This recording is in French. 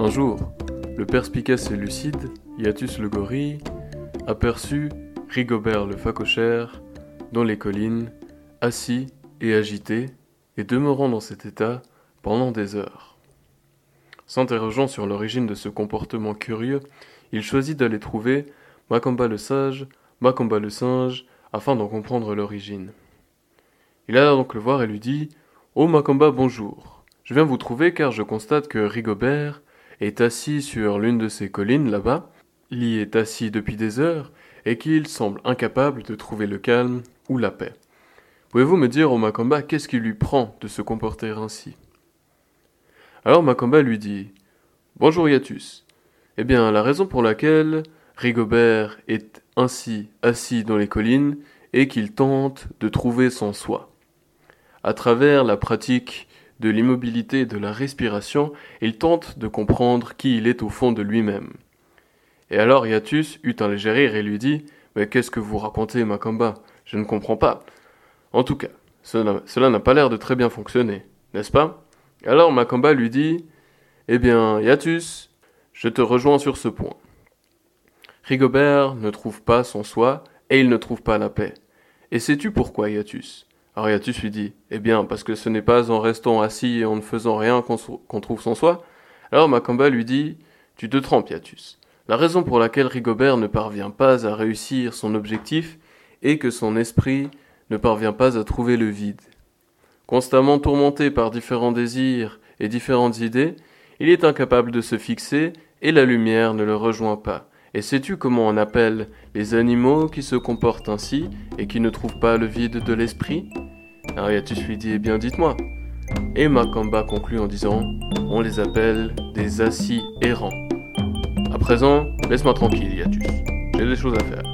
Un jour, le perspicace et lucide, Hiatus le gorille, aperçut Rigobert le phacochère dans les collines, assis et agité, et demeurant dans cet état pendant des heures. S'interrogeant sur l'origine de ce comportement curieux, il choisit d'aller trouver Makamba le sage, Makamba le singe, afin d'en comprendre l'origine. Il alla donc le voir et lui dit « Oh Makamba, bonjour. Je viens vous trouver car je constate que Rigobert est assis sur l'une de ces collines là-bas, il y est assis depuis des heures, et qu'il semble incapable de trouver le calme ou la paix. Pouvez-vous me dire, oh Makamba, qu'est-ce qui lui prend de se comporter ainsi ?» Alors Makamba lui dit « Bonjour Hiatus. Eh bien, la raison pour laquelle Rigobert est ainsi assis dans les collines est qu'il tente de trouver son soi. À travers la pratique de l'immobilité et de la respiration, il tente de comprendre qui il est au fond de lui-même. » Et alors Hiatus eut un léger rire et lui dit « Mais qu'est-ce que vous racontez, Makamba? Je ne comprends pas. En tout cas, cela n'a pas l'air de très bien fonctionner, n'est-ce pas ?» Alors Makamba lui dit « Eh bien, Hiatus, je te rejoins sur ce point. Rigobert ne trouve pas son soi et il ne trouve pas la paix. Et sais-tu pourquoi, Hiatus ?» Alors Hiatus lui dit « Eh bien, parce que ce n'est pas en restant assis et en ne faisant rien qu'on trouve son soi. » Alors Makamba lui dit « Tu te trompes, Hiatus. La raison pour laquelle Rigobert ne parvient pas à réussir son objectif est que son esprit ne parvient pas à trouver le vide. Constamment tourmenté par différents désirs et différentes idées, il est incapable de se fixer et la lumière ne le rejoint pas. Et sais-tu comment on appelle les animaux qui se comportent ainsi et qui ne trouvent pas le vide de l'esprit ?» Alors Hiatus lui dit « Eh bien, dites-moi. » Et Makamba conclut en disant « On les appelle des assis errants. » À présent, laisse-moi tranquille, Hiatus. J'ai des choses à faire.